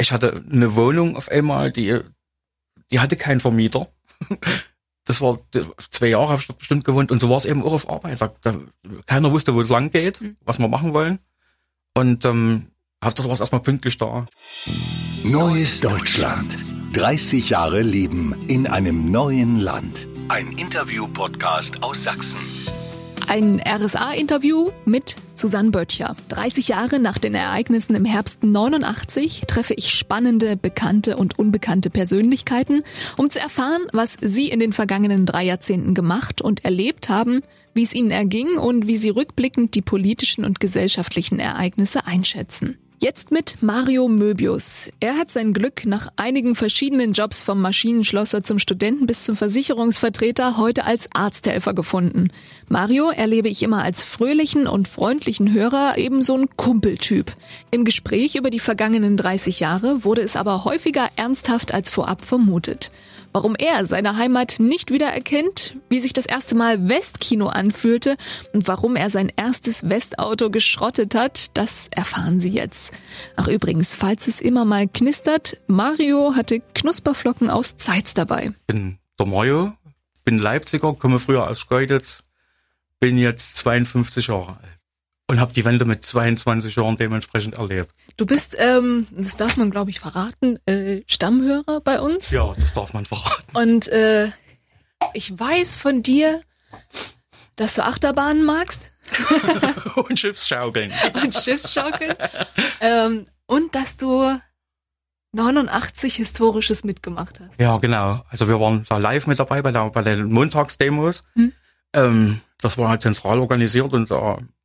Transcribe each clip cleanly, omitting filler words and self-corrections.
Ich hatte eine Wohnung auf einmal, die hatte keinen Vermieter. Das war 2 Jahre, habe ich dort bestimmt gewohnt. Und so war es eben auch auf Arbeit. Keiner wusste, wo es lang geht, was wir machen wollen. Und Hauptsache war es erstmal pünktlich da. Neues Deutschland. 30 Jahre Leben in einem neuen Land. Ein Interview-Podcast aus Sachsen. Ein RSA-Interview mit Susanne Böttcher. 30 Jahre nach den Ereignissen im Herbst 89 treffe ich spannende, bekannte und unbekannte Persönlichkeiten, um zu erfahren, was sie in den vergangenen 3 Jahrzehnten gemacht und erlebt haben, wie es ihnen erging und wie sie rückblickend die politischen und gesellschaftlichen Ereignisse einschätzen. Jetzt mit Mario Möbius. Er hat sein Glück nach einigen verschiedenen Jobs vom Maschinenschlosser zum Studenten bis zum Versicherungsvertreter heute als Arzthelfer gefunden. Mario erlebe ich immer als fröhlichen und freundlichen Hörer, ebenso ein Kumpeltyp. Im Gespräch über die vergangenen 30 Jahre wurde es aber häufiger ernsthaft als vorab vermutet. Warum er seine Heimat nicht wiedererkennt, wie sich das erste Mal Westkino anfühlte und warum er sein erstes Westauto geschrottet hat, das erfahren Sie jetzt. Ach übrigens, falls es immer mal knistert, Mario hatte Knusperflocken aus Zeitz dabei. Ich bin der Mario, bin Leipziger, komme früher aus Schkeuditz, bin jetzt 52 Jahre alt. Und habe die Wende mit 22 Jahren dementsprechend erlebt. Du bist, das darf man glaube ich verraten, Stammhörer bei uns. Ja, das darf man verraten. Und ich weiß von dir, dass du Achterbahnen magst. Und Schiffsschaukeln. Und Schiffsschaukeln. Und dass du 89 Historisches mitgemacht hast. Ja, genau. Also wir waren da live mit dabei bei den Montagsdemos. Das war halt zentral organisiert und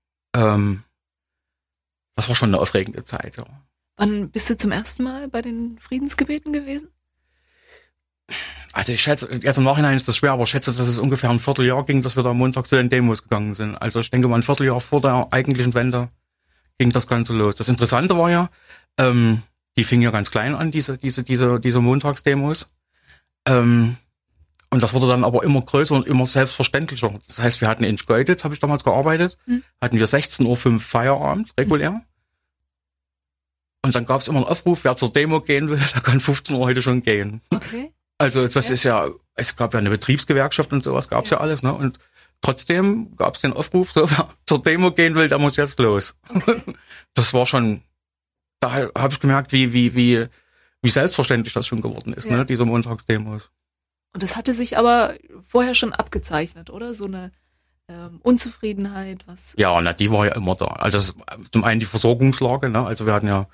das war schon eine aufregende Zeit, ja. Wann bist du zum ersten Mal bei den Friedensgebeten gewesen? Also ich schätze, jetzt im Nachhinein ist das schwer, aber ich schätze, dass es ungefähr ein Vierteljahr ging, dass wir da montags zu den Demos gegangen sind. Also ich denke mal, ein Vierteljahr vor der eigentlichen Wende ging das Ganze los. Das Interessante war ja, die fingen ja ganz klein an, diese Montagsdemos. Und das wurde dann aber immer größer und immer selbstverständlicher. Das heißt, wir hatten in Schkeuditz, habe ich damals gearbeitet, hatten wir 16:05 Uhr Feierabend, regulär. Und dann gab es immer einen Aufruf, wer zur Demo gehen will, der kann 15 Uhr heute schon gehen. Okay. Also das ist ja, es gab ja eine Betriebsgewerkschaft und sowas, gab's ja alles, ne? Und trotzdem gab es den Aufruf, so, wer zur Demo gehen will, der muss jetzt los. Okay. Das war schon, da habe ich gemerkt, wie selbstverständlich das schon geworden ist, ne? Diese Montagsdemos. Und das hatte sich aber vorher schon abgezeichnet, oder? So eine Unzufriedenheit, was? Ja, na, die war ja immer da. Also zum einen die Versorgungslage, ne? Also wir hatten ja,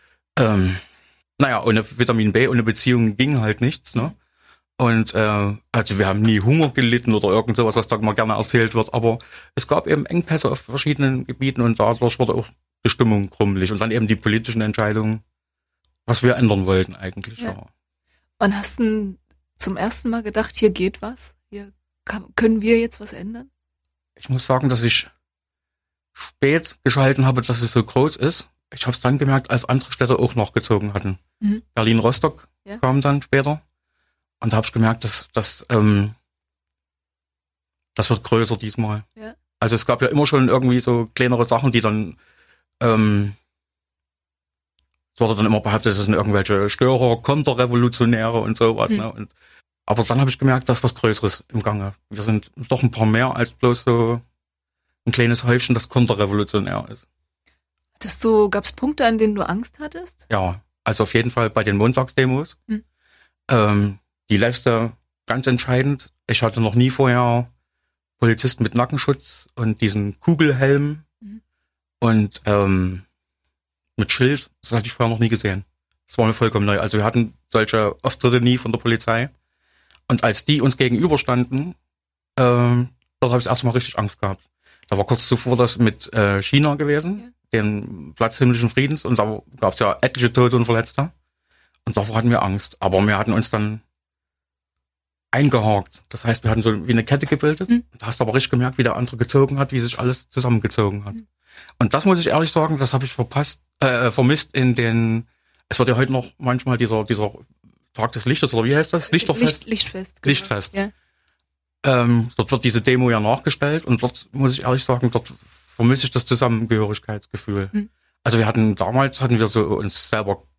ohne Vitamin B, ohne Beziehungen ging halt nichts, ne? Und also wir haben nie Hunger gelitten oder irgend sowas, was da immer gerne erzählt wird, aber es gab eben Engpässe auf verschiedenen Gebieten und dadurch wurde auch die Stimmung krummelig und dann eben die politischen Entscheidungen, was wir ändern wollten eigentlich. Ja. Wann hast du zum ersten Mal gedacht, hier geht was? Hier können wir jetzt was ändern? Ich muss sagen, dass ich spät geschalten habe, dass es so groß ist. Ich habe es dann gemerkt, als andere Städte auch nachgezogen hatten. Berlin-Rostock kam dann später. Und da habe ich gemerkt, dass das wird größer diesmal. Ja. Also es gab ja immer schon irgendwie so kleinere Sachen, die dann es wurde dann immer behauptet, das sind irgendwelche Störer, Konterrevolutionäre und sowas. Ne? Aber dann habe ich gemerkt, da ist was Größeres im Gange. Wir sind doch ein paar mehr als bloß so ein kleines Häufchen, das konterrevolutionär ist. Gab es Punkte, an denen du Angst hattest? Ja, also auf jeden Fall bei den Montagsdemos. Die letzte ganz entscheidend. Ich hatte noch nie vorher Polizisten mit Nackenschutz und diesen Kugelhelm und mit Schild. Das hatte ich vorher noch nie gesehen. Das war mir vollkommen neu. Also wir hatten solche Auftritte nie von der Polizei. Und als die uns gegenüberstanden, dort habe ich erstmal richtig Angst gehabt. Da war kurz zuvor das mit China gewesen, den Platz himmlischen Friedens. Und da gab es ja etliche Tote und Verletzte. Und davor hatten wir Angst. Aber wir hatten uns dann eingehakt. Das heißt, wir hatten so wie eine Kette gebildet. Da hast du aber richtig gemerkt, wie der andere gezogen hat, wie sich alles zusammengezogen hat. Und das muss ich ehrlich sagen, das habe ich vermisst es wird ja heute noch manchmal dieser Tag des Lichtes, oder wie heißt das? Lichterfest? Lichtfest. Genau. Lichtfest. Ja. Dort wird diese Demo ja nachgestellt und dort muss ich ehrlich sagen, dort vermisse ich das Zusammengehörigkeitsgefühl. Also damals hatten wir so uns selber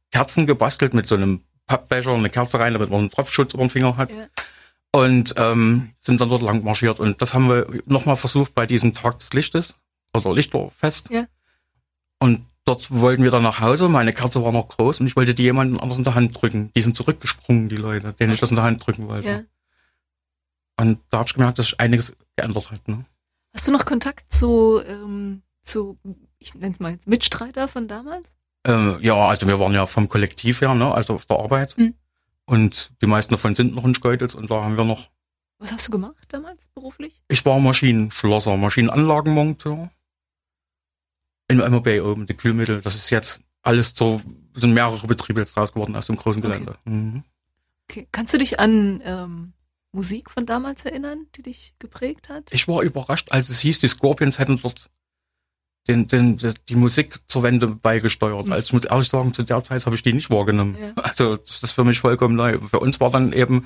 Kerzen gebastelt mit so einem Pappbecher, eine Kerze rein, damit man einen Tropfschutz über den Finger hat. Ja. Und sind dann dort lang marschiert. Und das haben wir nochmal versucht bei diesem Tag des Lichtes, oder Lichterfest. Ja. Und dort wollten wir dann nach Hause. Meine Kerze war noch groß und ich wollte die jemandem anders in der Hand drücken. Die sind zurückgesprungen, die Leute, denen ich das in der Hand drücken wollte. Ja. Und da habe ich gemerkt, dass sich einiges geändert hat. Ne? Hast du noch Kontakt zu ich nenne es mal jetzt Mitstreiter von damals? Ja, also wir waren ja vom Kollektiv her, ne, also auf der Arbeit. Und die meisten davon sind noch in Schkeuditz und da haben wir noch. Was hast du gemacht damals beruflich? Ich war Maschinenschlosser, Maschinenanlagenmonteur. In MOB oben, die Kühlmittel. Das ist jetzt alles sind mehrere Betriebe jetzt draus geworden aus dem großen Gelände. Okay. Okay. Kannst du dich an Musik von damals erinnern, die dich geprägt hat? Ich war überrascht, als es hieß, die Scorpions hätten dort die Musik zur Wende beigesteuert. Also ich muss ehrlich sagen, zu der Zeit habe ich die nicht wahrgenommen. Ja. Also das ist für mich vollkommen neu. Für uns war dann eben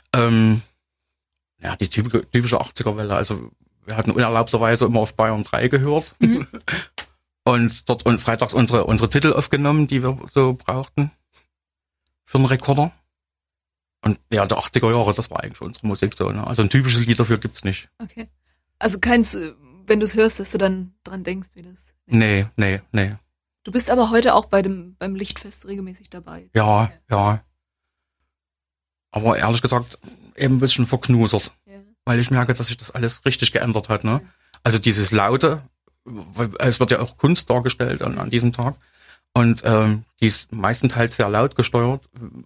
die typische 80er-Welle. Also wir hatten unerlaubterweise immer auf Bayern 3 gehört. Und dort freitags unsere Titel aufgenommen, die wir so brauchten für einen Rekorder. Und ja, der 80er Jahre, das war eigentlich unsere Musik so. Ne? Also ein typisches Lied dafür gibt's nicht. Okay. Also keins, wenn du es hörst, dass du dann dran denkst, wie das... Nee. Du bist aber heute auch beim Lichtfest regelmäßig dabei. Ja. Aber ehrlich gesagt, eben ein bisschen verknusert. Ja. Weil ich merke, dass sich das alles richtig geändert hat. Ne? Ja. Also dieses Laute, es wird ja auch Kunst dargestellt an diesem Tag. Und die ist meistenteils sehr laut gesteuert.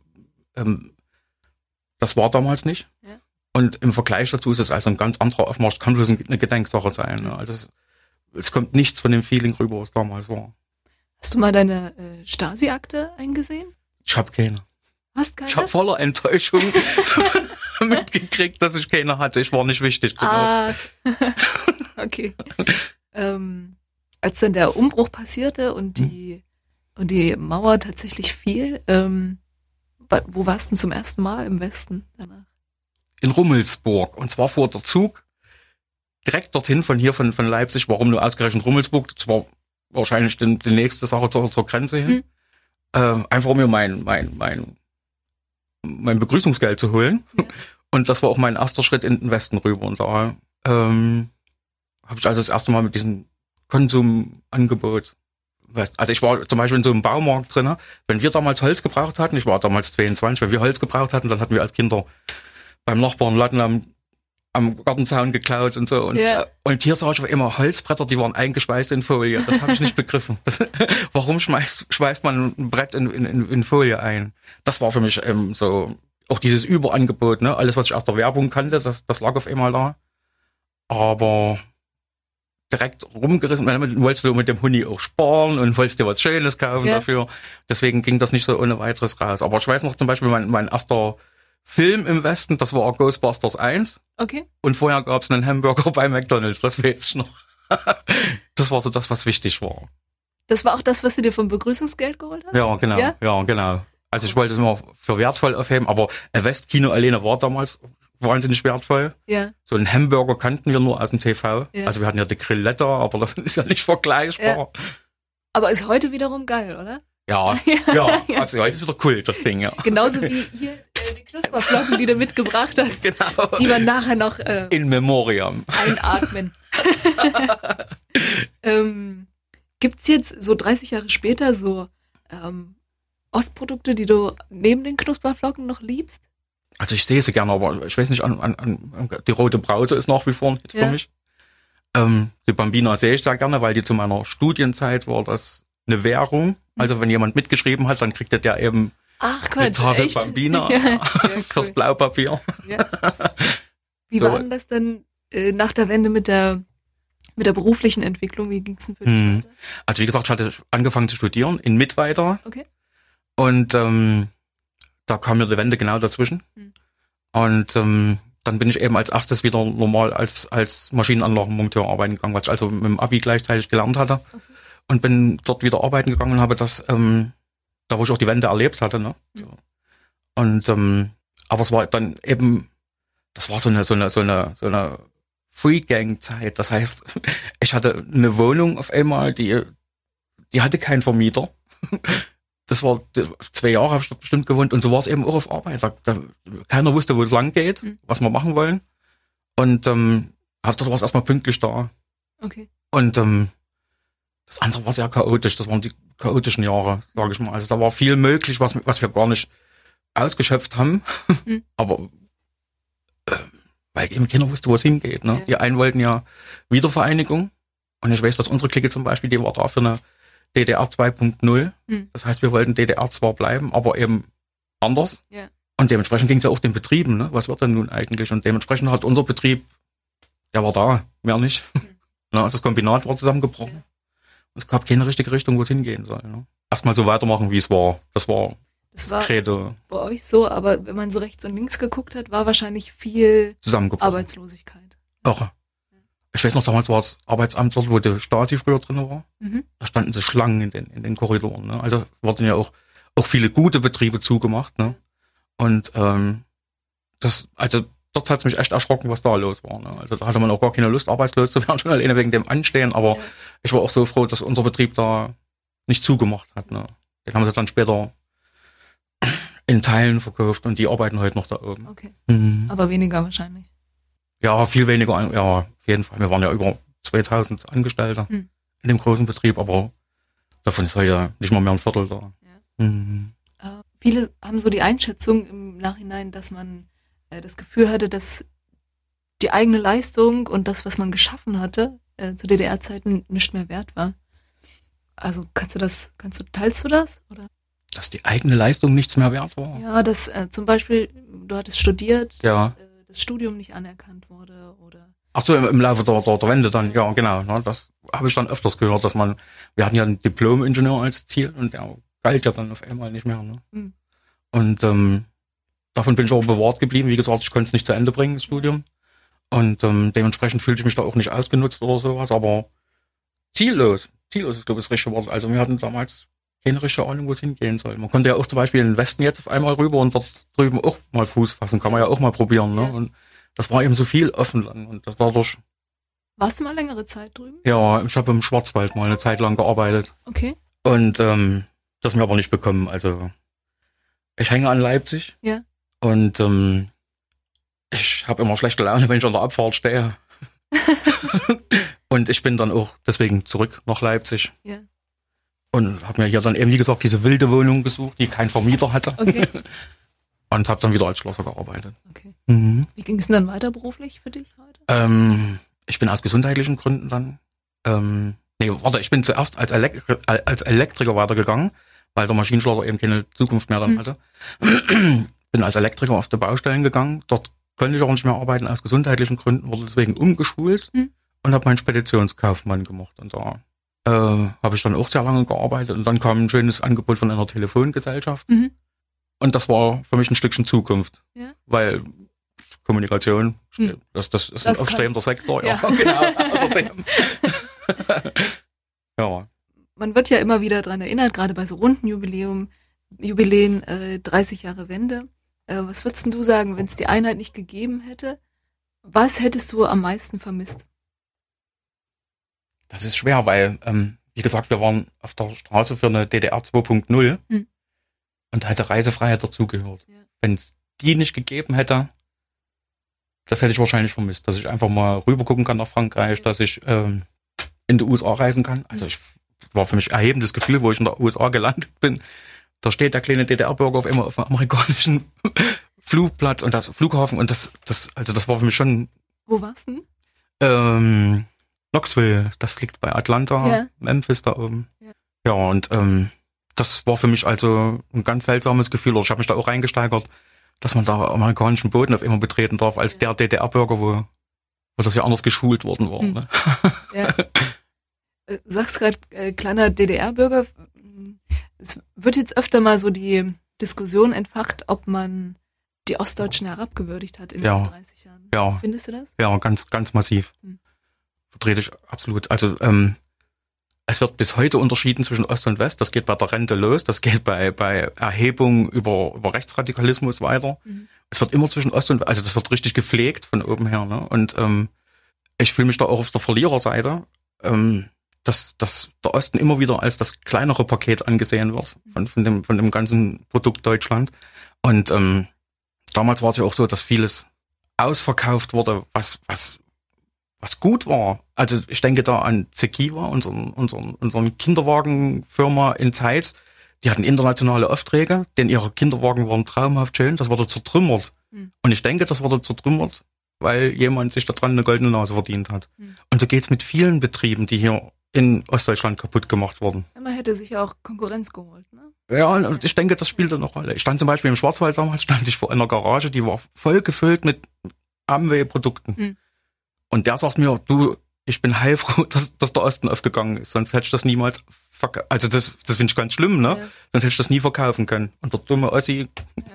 Das war damals nicht. Ja. Und im Vergleich dazu ist es also ein ganz anderer Aufmarsch. Kann bloß eine Gedenksache sein. Ne? Also es kommt nichts von dem Feeling rüber, was damals war. Hast du mal deine Stasi-Akte eingesehen? Ich habe keine. Hast keine? Ich habe voller Enttäuschung mitgekriegt, dass ich keine hatte. Ich war nicht wichtig. Genau. Okay. Als dann der Umbruch passierte und die Mauer tatsächlich fiel, wo warst du denn zum ersten Mal im Westen danach? In Rummelsburg. Und zwar fuhr der Zug direkt dorthin von Leipzig. Warum nur ausgerechnet Rummelsburg? Das war wahrscheinlich die nächste Sache zur Grenze hin. Einfach um mir mein Begrüßungsgeld zu holen. Ja. Und das war auch mein erster Schritt in den Westen rüber. Und da habe ich also das erste Mal mit diesem Konsumangebot. Also ich war zum Beispiel in so einem Baumarkt drin. Wenn wir damals Holz gebraucht hatten, ich war damals 22, wenn wir Holz gebraucht hatten, dann hatten wir als Kinder beim Nachbarn Latten am Gartenzaun geklaut und so. Und hier sah ich immer Holzbretter, die waren eingeschweißt in Folie. Das habe ich nicht begriffen. Warum schweißt man ein Brett in Folie ein? Das war für mich so, auch dieses Überangebot, ne? Alles, was ich aus der Werbung kannte, das lag auf einmal da. Aber direkt rumgerissen, dann wolltest du mit dem Huni auch sparen und wolltest dir was Schönes kaufen dafür. Deswegen ging das nicht so ohne weiteres raus. Aber ich weiß noch zum Beispiel, mein erster Film im Westen, das war Ghostbusters 1. Okay. Und vorher gab es einen Hamburger bei McDonald's, das weiß ich noch. Das war so das, was wichtig war. Das war auch das, was du dir vom Begrüßungsgeld geholt hast? Ja, genau. Ja, genau. Also ich wollte es immer für wertvoll aufheben, aber ein Westkino alleine war damals wahnsinnig wertvoll. Ja. So einen Hamburger kannten wir nur aus dem TV. Ja. Also wir hatten ja die Grilletta, aber das ist ja nicht vergleichbar. Ja. Aber ist heute wiederum geil, oder? Ja. Also heute ist wieder Kult, das Ding, ja. Genauso wie hier die Knusperflocken, die du mitgebracht hast. Genau. Die man nachher noch in Memoriam einatmen. Gibt's jetzt so 30 Jahre später so Ostprodukte, die du neben den Knusperflocken noch liebst? Also ich sehe sie gerne, aber ich weiß nicht, die rote Brause ist nach wie vor nicht für mich. Die Bambina sehe ich sehr gerne, weil die zu meiner Studienzeit war das eine Währung. Also wenn jemand mitgeschrieben hat, dann kriegt der eben eine Tafel Bambina fürs Blaupapier. Ja. Wie war denn das dann nach der Wende mit der beruflichen Entwicklung? Wie ging es denn für dich weiter? Also wie gesagt, ich hatte angefangen zu studieren in Mittweida. Okay. Und da kam mir die Wende genau dazwischen. Und dann bin ich eben als erstes wieder normal als Maschinenanlagenmonteur arbeiten gegangen, was ich also mit dem Abi gleichzeitig gelernt hatte. Okay. Und bin dort wieder arbeiten gegangen und habe das, da wo ich auch die Wende erlebt hatte, ne? So. Und aber es war dann eben, das war so eine Free-Gang-Zeit. Das heißt, ich hatte eine Wohnung auf einmal, die hatte keinen Vermieter. das war 2 Jahre habe ich dort bestimmt gewohnt und so war es eben auch auf Arbeit. Keiner wusste, wo es lang geht, was wir machen wollen. Und dort war es erstmal pünktlich da. Okay. Und das andere war sehr chaotisch. Das waren die chaotischen Jahre, sage ich mal. Also da war viel möglich, was wir gar nicht ausgeschöpft haben. Aber weil eben keiner wusste, wo es hingeht. Ne? Ja. Die einen wollten ja Wiedervereinigung. Und ich weiß, dass unsere Clique zum Beispiel, die war da für eine DDR 2.0. Das heißt, wir wollten DDR zwar bleiben, aber eben anders. Ja. Und dementsprechend ging es ja auch den Betrieben. Ne? Was wird denn nun eigentlich? Und dementsprechend hat unser Betrieb, der war da, mehr nicht. Also das Kombinat war zusammengebrochen. Ja. Es gab keine richtige Richtung, wo es hingehen soll. Ne? Erstmal so weitermachen, wie es war. Das war Credo. Bei euch so, aber wenn man so rechts und links geguckt hat, war wahrscheinlich viel Arbeitslosigkeit. Irre. Ich weiß noch, damals war das Arbeitsamt dort, wo die Stasi früher drin war. Da standen so Schlangen in den Korridoren. Ne? Also wurden ja auch viele gute Betriebe zugemacht. Ne? Und dort hat es mich echt erschrocken, was da los war. Ne? Also da hatte man auch gar keine Lust, arbeitslos zu werden, schon alleine wegen dem Anstehen. Aber ich war auch so froh, dass unser Betrieb da nicht zugemacht hat. Ne? Den haben sie dann später in Teilen verkauft und die arbeiten heute noch da oben. Okay. Aber weniger wahrscheinlich. Ja, viel weniger. Ja, auf jeden Fall. Wir waren ja über 2000 Angestellte in dem großen Betrieb, aber davon ist heute nicht mal mehr ein Viertel da. Ja. Viele haben so die Einschätzung im Nachhinein, dass man das Gefühl hatte, dass die eigene Leistung und das, was man geschaffen hatte, zu DDR-Zeiten nicht mehr wert war. Also teilst du das? Oder? Dass die eigene Leistung nichts mehr wert war? Ja, dass zum Beispiel, du hattest studiert, ja. dass das Studium nicht anerkannt wurde oder... Ach so, im Laufe der Wende dann, ja genau. Ne, das habe ich dann öfters gehört, wir hatten ja einen Diplom-Ingenieur als Ziel und der galt ja dann auf einmal nicht mehr. Ne? Und davon bin ich auch bewahrt geblieben. Wie gesagt, ich konnte es nicht zu Ende bringen, das Studium. Und dementsprechend fühlte ich mich da auch nicht ausgenutzt oder sowas, aber ziellos ist, glaube ich, das richtige Wort. Also wir hatten damals keine richtige Ahnung, wo es hingehen soll. Man konnte ja auch zum Beispiel in den Westen jetzt auf einmal rüber und dort drüben auch mal Fuß fassen. Kann man ja auch mal probieren. Ne? Ja. Und das war eben so viel offen dann. Und das war durch. Warst du mal längere Zeit drüben? Ja, ich habe im Schwarzwald mal eine Zeit lang gearbeitet. Okay. Und das mir aber nicht bekommen. Also ich hänge an Leipzig. Ja. Und ich habe immer schlechte Laune, wenn ich an der Abfahrt stehe. Und ich bin dann auch deswegen zurück nach Leipzig. Ja. Und habe mir hier dann eben, wie gesagt, diese wilde Wohnung gesucht, die kein Vermieter hatte. Okay. Und habe dann wieder als Schlosser gearbeitet. Okay. Wie ging es denn dann weiter beruflich für dich heute? Ich bin aus gesundheitlichen Gründen dann... ich bin zuerst als Elektriker weitergegangen, weil der Maschinenschlosser eben keine Zukunft mehr dann hatte. Bin als Elektriker auf die Baustellen gegangen. Dort konnte ich auch nicht mehr arbeiten aus gesundheitlichen Gründen, wurde deswegen umgeschult und habe meinen Speditionskaufmann gemacht. Und da habe ich dann auch sehr lange gearbeitet. Und dann kam ein schönes Angebot von einer Telefongesellschaft. Und das war für mich ein Stückchen Zukunft. Ja. Weil Kommunikation, das ist ein aufstrebender Sektor. Ja, genau. Außerdem. Ja. Man wird ja immer wieder daran erinnert, gerade bei so runden Jubiläen, 30 Jahre Wende. Was würdest du sagen, wenn es die Einheit nicht gegeben hätte? Was hättest du am meisten vermisst? Das ist schwer, weil, wie gesagt, wir waren auf der Straße für eine DDR 2.0 und da hätte Reisefreiheit dazugehört. Ja. Wenn es die nicht gegeben hätte, das hätte ich wahrscheinlich vermisst, dass ich einfach mal rüber gucken kann nach Frankreich, dass ich in die USA reisen kann. Also war für mich ein erhebendes Gefühl, wo ich in der USA gelandet bin. Da steht der kleine DDR-Bürger auf einmal auf einem amerikanischen Flugplatz und das Flughafen und das war für mich schon. Wo war's denn? Knoxville, das liegt bei Atlanta, Memphis da oben. Ja, und das war für mich also ein ganz seltsames Gefühl. Ich habe mich da auch reingesteigert, dass man da amerikanischen Boden auf einmal betreten darf, als der DDR-Bürger, wo das ja anders geschult worden war. Ne? Ja. Du sagst gerade, kleiner DDR-Bürger. Es wird jetzt öfter mal so die Diskussion entfacht, ob man die Ostdeutschen herabgewürdigt hat in den 30 Jahren. Ja. Findest du das? Ja, ganz, ganz massiv. Vertrete ich absolut. Also es wird bis heute unterschieden zwischen Ost und West. Das geht bei der Rente los, das geht bei Erhebung über Rechtsradikalismus weiter. Es wird immer zwischen Ost und West, also das wird richtig gepflegt von oben her. Ne? Und ich fühle mich da auch auf der Verliererseite. dass der Osten immer wieder als das kleinere Paket angesehen wird von dem ganzen Produkt Deutschland. Und damals war es ja auch so, dass vieles ausverkauft wurde, was gut war. Also ich denke da an Zekiwa, unseren Kinderwagenfirma in Zeitz. Die hatten internationale Aufträge, denn ihre Kinderwagen waren traumhaft schön. Das wurde zertrümmert. Und ich denke, das wurde zertrümmert, weil jemand sich daran eine goldene Nase verdient hat. Und so geht's mit vielen Betrieben, die hier in Ostdeutschland kaputt gemacht wurden. Man hätte sich ja auch Konkurrenz geholt, ne? Ja, und ich denke, das spielte eine Rolle. Ich stand zum Beispiel im Schwarzwald damals, stand ich vor einer Garage, die war voll gefüllt mit Amway-Produkten. Und der sagt mir, du, ich bin heilfroh, dass der Osten aufgegangen ist, sonst hätte ich das niemals also das finde ich ganz schlimm, ne? Ja. Sonst hätte ich das nie verkaufen können. Und der dumme Ossi,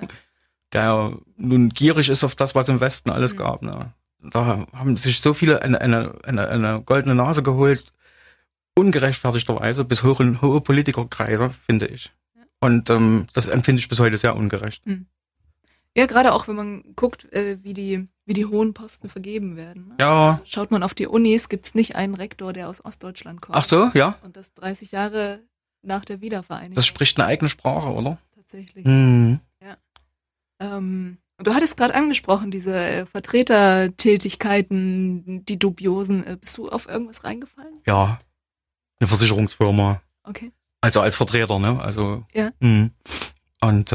der nun gierig ist auf das, was im Westen alles gab, ne? Da haben sich so viele eine goldene Nase geholt, ungerechtfertigterweise, bis hoch in hohe Politikerkreise, finde ich. Ja. Und das empfinde ich bis heute sehr ungerecht. Ja, gerade auch, wenn man guckt, wie die hohen Posten vergeben werden. Ne? Ja. Also schaut man auf die Unis, gibt's nicht einen Rektor, der aus Ostdeutschland kommt. Ach so, ja. Und das 30 Jahre nach der Wiedervereinigung. Das spricht eine eigene Sprache, oder? Tatsächlich. Ja. Und du hattest gerade angesprochen, diese Vertretertätigkeiten, die dubiosen. Bist du auf irgendwas reingefallen? Ja. Eine Versicherungsfirma. Okay. Also als Vertreter, ne? Also. Ja. Und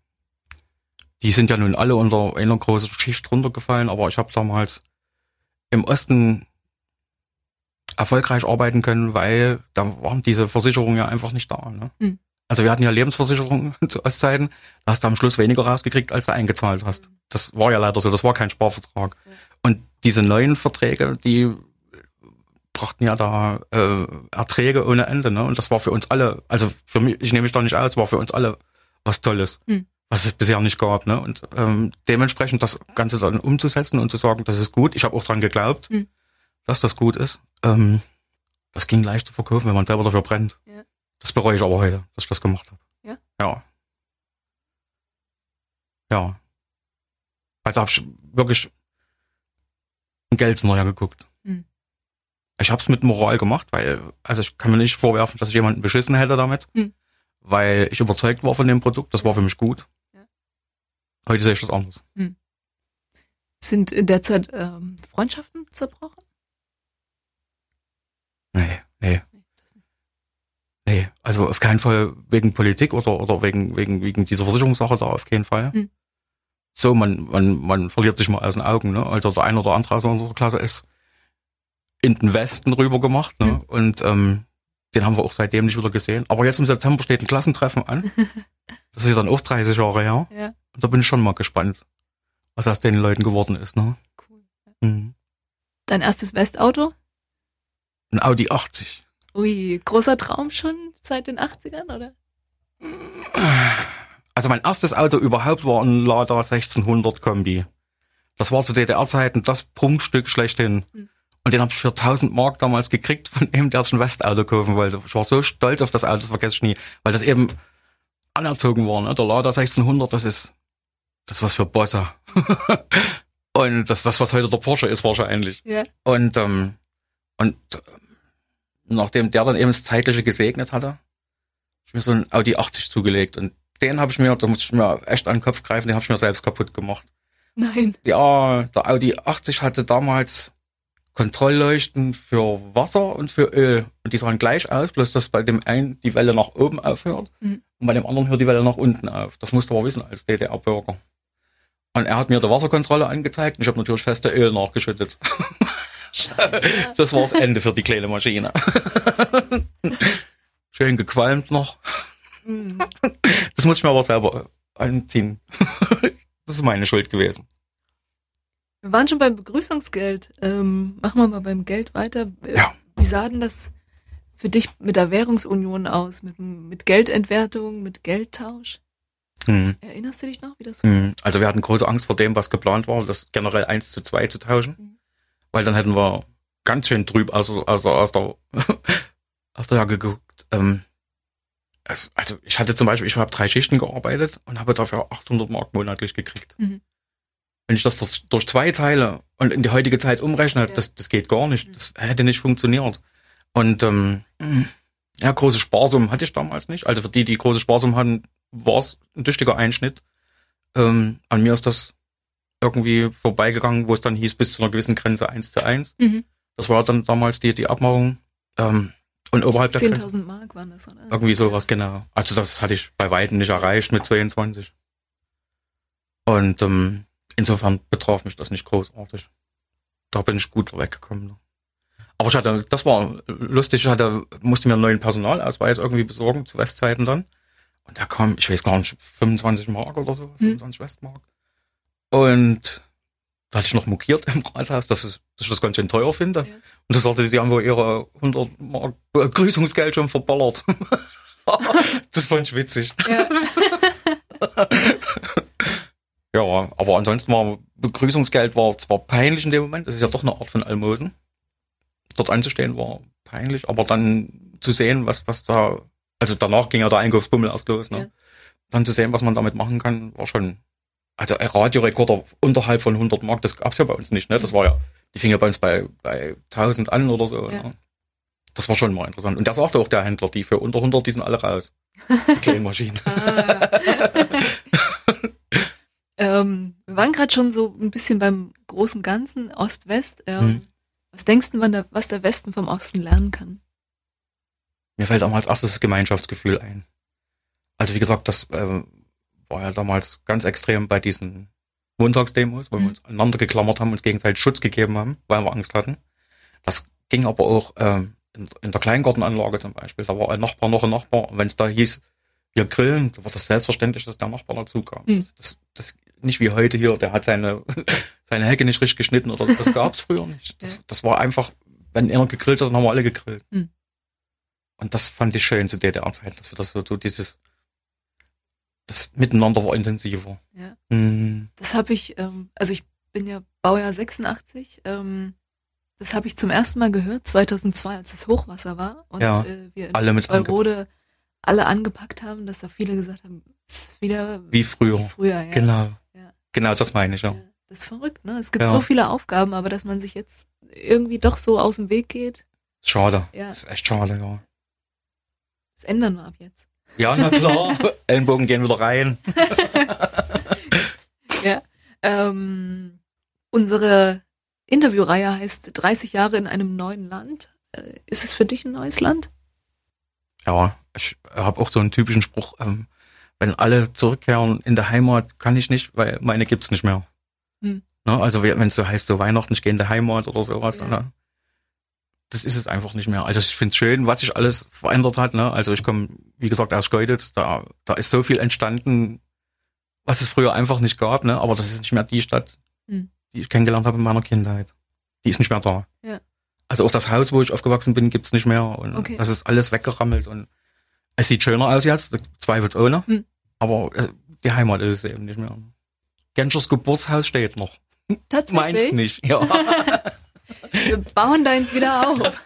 die sind ja nun alle unter einer großen Schicht runtergefallen, aber ich habe damals im Osten erfolgreich arbeiten können, weil da waren diese Versicherungen ja einfach nicht da. Ne? Also wir hatten ja Lebensversicherungen zu Ostzeiten, da hast du am Schluss weniger rausgekriegt, als du eingezahlt hast. Das war ja leider so, das war kein Sparvertrag. Und diese neuen Verträge, die brachten ja da Erträge ohne Ende. Ne? Und das war für uns alle, also für mich, ich nehme mich da nicht aus, war für uns alle was Tolles. Was es bisher nicht gab, ne? Und dementsprechend das Ganze dann umzusetzen und zu sagen, das ist gut. Ich habe auch dran geglaubt, dass das gut ist. Das ging leicht zu verkaufen, wenn man selber dafür brennt. Ja. Das bereue ich aber heute, dass ich das gemacht habe. Ja? Ja. Ja. Weil da habe ich wirklich Geld nachher geguckt. Ich habe es mit Moral gemacht, weil, also ich kann mir nicht vorwerfen, dass ich jemanden beschissen hätte damit, weil ich überzeugt war von dem Produkt. Das war für mich gut. Heute sehe ich das anders. Sind in der Zeit Freundschaften zerbrochen? Nee. Also auf keinen Fall wegen Politik oder wegen dieser Versicherungssache da, auf keinen Fall. So, man verliert sich mal aus den Augen, ne? Also der eine oder andere aus unserer Klasse ist in den Westen rüber gemacht, ne? Und den haben wir auch seitdem nicht wieder gesehen. Aber jetzt im September steht ein Klassentreffen an. Das ist ja dann auch 30 Jahre her. Ja. Und da bin ich schon mal gespannt, was aus den Leuten geworden ist. Ne? Cool. Dein erstes Westauto? Ein Audi 80. Ui, großer Traum schon seit den 80ern, oder? Also mein erstes Auto überhaupt war ein Lada 1600 Kombi. Das war zu DDR-Zeiten das Prunkstück schlechthin. Und den habe ich für 1000 Mark damals gekriegt von dem, der sich ein Westauto kaufen wollte. Ich war so stolz auf das Auto, das vergesse ich nie, weil das eben anerzogen war. Ne? Der Lada 1600, das ist was für Bosse. Und das ist das, was heute der Porsche ist wahrscheinlich. Ja. Und nachdem der dann eben das Zeitliche gesegnet hatte, habe ich mir so einen Audi 80 zugelegt. Und den da musste ich mir echt an den Kopf greifen, den habe ich mir selbst kaputt gemacht. Nein. Ja, der Audi 80 hatte damals Kontrollleuchten für Wasser und für Öl. Und die sahen gleich aus, bloß dass bei dem einen die Welle nach oben aufhört und bei dem anderen hört die Welle nach unten auf. Das musste man wissen als DDR-Bürger. Und er hat mir die Wasserkontrolle angezeigt und ich habe natürlich feste Öl nachgeschüttet. Scheiße. Das war das Ende für die kleine Maschine. Schön gequalmt noch. Das muss ich mir aber selber anziehen. Das ist meine Schuld gewesen. Wir waren schon beim Begrüßungsgeld. Machen wir mal beim Geld weiter. Ja. Wie sah denn das für dich mit der Währungsunion aus? Mit Geldentwertung, mit Geldtausch? Erinnerst du dich noch, wie das war? Also wir hatten große Angst vor dem, was geplant war, das generell 1:2 zu tauschen. Weil dann hätten wir ganz schön trüb aus der Jacke geguckt. Also ich hatte zum Beispiel, ich habe 3 Schichten gearbeitet und habe dafür 800 Mark monatlich gekriegt. Wenn ich das durch 2 teile und in die heutige Zeit umrechne, das geht gar nicht. Das hätte nicht funktioniert. Und ja, große Sparsummen hatte ich damals nicht. Also für die große Sparsummen hatten, war es ein tüchtiger Einschnitt. An mir ist das irgendwie vorbeigegangen, wo es dann hieß, bis zu einer gewissen Grenze 1:1. Mhm. Das war dann damals die Abmachung. Und oberhalb der 10.000 Mark waren das, oder? irgendwie sowas, genau. Also das hatte ich bei weitem nicht erreicht mit 22. Und insofern betraf mich das nicht großartig. Da bin ich gut weggekommen. Aber das war lustig, musste mir einen neuen Personalausweis irgendwie besorgen, zu Westzeiten dann. Und da kam, ich weiß gar nicht, 25 Mark oder so, 25 Westmark. Und da hatte ich noch mokiert im Rathaus, dass ich das ganz schön teuer finde. Ja. Und da sagte, sie haben wohl ihre 100 Mark Begrüßungsgeld schon verballert. Das fand ich witzig. Ja. Ja, aber ansonsten war Begrüßungsgeld war zwar peinlich in dem Moment, das ist ja doch eine Art von Almosen. Dort anzustehen war peinlich, aber dann zu sehen, was da, also danach ging ja der Einkaufsbummel erst los, ne? Ja. Dann zu sehen, was man damit machen kann, war schon, also ein Radiorekorder unterhalb von 100 Mark, das gab's ja bei uns nicht, ne? Das war ja, die fing ja bei uns bei 1000 an oder so, ja. Ne? Das war schon mal interessant. Und der sagte auch der Händler, die für unter 100, die sind alle raus. Die kleinen Maschinen. Wir waren gerade schon so ein bisschen beim großen Ganzen, Ost-West. Was denkst du, was der Westen vom Osten lernen kann? Mir fällt auch mal als erstes das Gemeinschaftsgefühl ein. Also wie gesagt, das war ja damals ganz extrem bei diesen Montagsdemos, wo wir uns aneinander geklammert haben, uns gegenseitig Schutz gegeben haben, weil wir Angst hatten. Das ging aber auch in der Kleingartenanlage zum Beispiel. Da war ein Nachbar noch ein Nachbar. Und wenn es da hieß, wir grillen, da war das selbstverständlich, dass der Nachbar dazu kam. Das nicht wie heute hier, der hat seine Hecke nicht richtig geschnitten oder das gab's früher nicht. Das war einfach, wenn einer gegrillt hat, dann haben wir alle gegrillt. Und das fand ich schön zu DDR-Zeiten, dass wir das so das Miteinander war intensiver. Ja. Das habe ich, also ich bin ja Baujahr 86, das habe ich zum ersten Mal gehört, 2002, als das Hochwasser war und wir in Walrode alle angepackt haben, dass da viele gesagt haben, es ist wieder wie früher. Ja. Genau. Ja. Genau, das meine ich, ja. Das ist verrückt, ne? Es gibt so viele Aufgaben, aber dass man sich jetzt irgendwie doch so aus dem Weg geht. Schade. Ja. Das ist echt schade, ja. Das ändern wir ab jetzt. Ja, na klar. Ellenbogen gehen wieder rein. Ja. Unsere Interviewreihe heißt 30 Jahre in einem neuen Land. Ist es für dich ein neues Land? Ja, ich habe auch so einen typischen Spruch, wenn alle zurückkehren in der Heimat, kann ich nicht, weil meine gibt's nicht mehr. Ne? Also wenn es so heißt, so Weihnachten, ich gehe in die Heimat oder sowas, ne? Das ist es einfach nicht mehr. Also ich finde es schön, was sich alles verändert hat. Ne? Also ich komme, wie gesagt, aus Schkeuditz, da ist so viel entstanden, was es früher einfach nicht gab, ne? Aber das ist nicht mehr die Stadt, die ich kennengelernt habe in meiner Kindheit. Die ist nicht mehr da. Ja. Also auch das Haus, wo ich aufgewachsen bin, gibt's nicht mehr. Und das ist alles weggerammelt. Und es sieht schöner aus jetzt, zweifelsohne. Aber die Heimat ist es eben nicht mehr. Genschers Geburtshaus steht noch. Tatsächlich? Meins nicht, ja. Wir bauen deins wieder auf.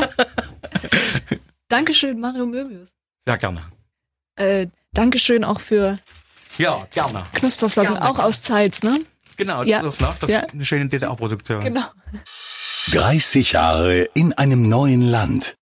Dankeschön, Mario Möbius. Sehr gerne. Dankeschön auch für gerne. Knusperflocken, gerne, auch aus Zeitz, ne? Genau, das ist eine schöne DDR-Produktion. Genau. 30 Jahre in einem neuen Land.